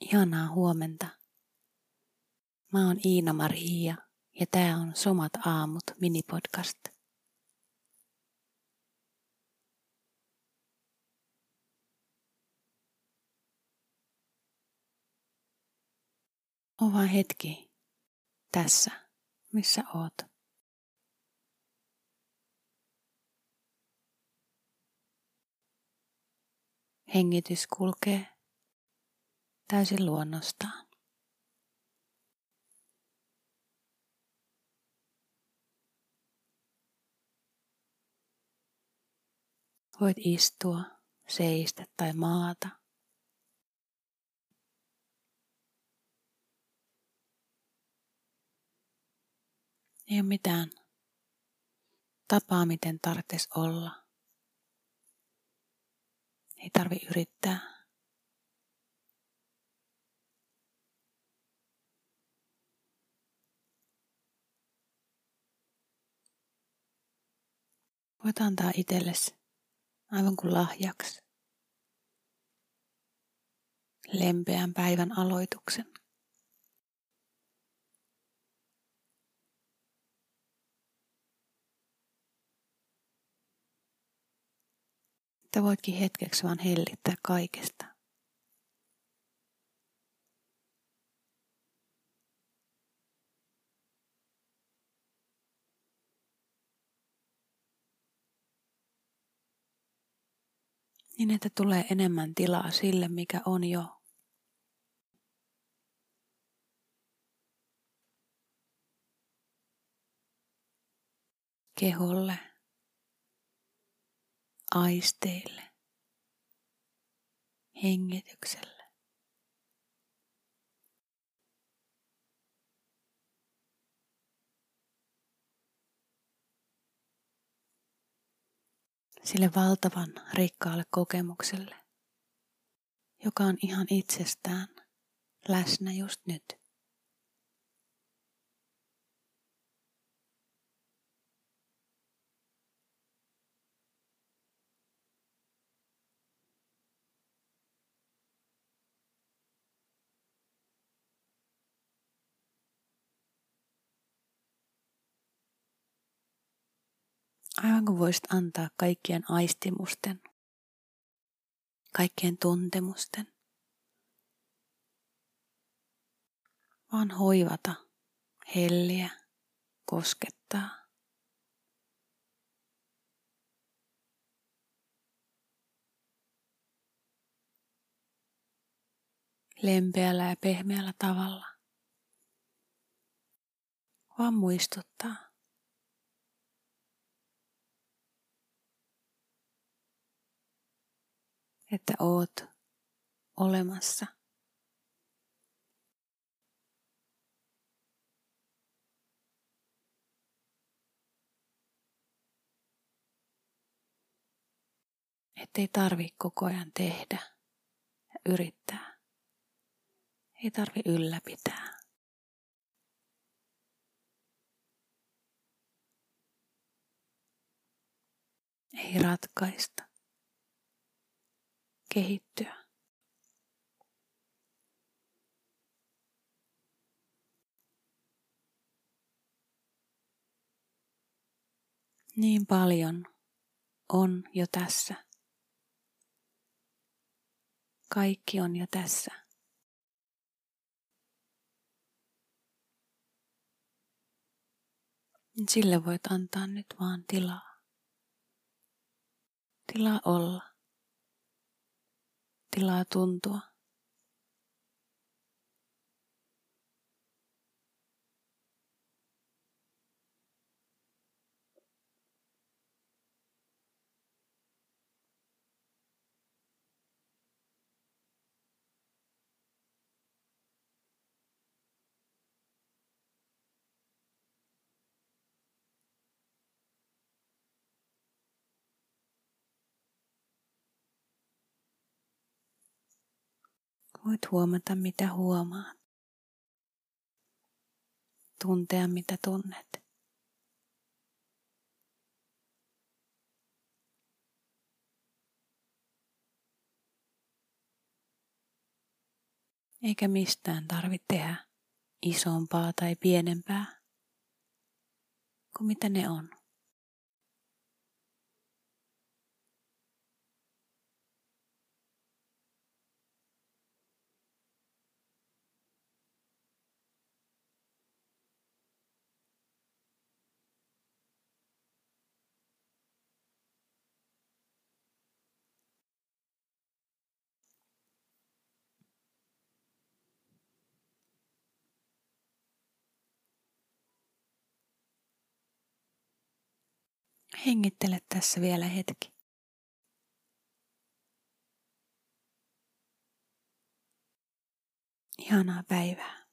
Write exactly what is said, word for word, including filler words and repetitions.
Ihanaa huomenta. Mä oon Iina-Maria ja tää on Somat aamut minipodcast. Oo vaan hetki tässä, missä oot. Hengitys kulkee täysin luonnostaan. Voit istua, seistä tai maata. Ei ole mitään tapaa, miten tarvitsisi olla. Ei tarvi yrittää. Voit antaa itsellesi aivan kuin lahjaksi lempeän päivän aloituksen. Että voitkin hetkeksi vaan hellittää kaikesta. Niin, että tulee enemmän tilaa sille, mikä on jo. Keholle, aisteille, hengitykselle. Sille valtavan rikkaalle kokemukselle, joka on ihan itsestään läsnä just nyt. Aivan kuin voisit antaa kaikkien aistimusten, kaikkien tuntemusten, vaan hoivata, helliä, koskettaa. Lempeällä ja pehmeällä tavalla, vaan muistuttaa. Että oot olemassa. Ettei tarvi koko ajan tehdä ja yrittää. Ei tarvi ylläpitää. Ei ratkaista. Kehittyä. Niin paljon on jo tässä. Kaikki on jo tässä. Sille voit antaa nyt vaan tilaa. Tilaa olla. Tilaa tuntua. Voit huomata, mitä huomaat. Tuntea, mitä tunnet. eikä mistään tarvitse tehdä isompaa tai pienempää kuin mitä ne on. Hengittele tässä vielä hetki. Ihanaa päivää.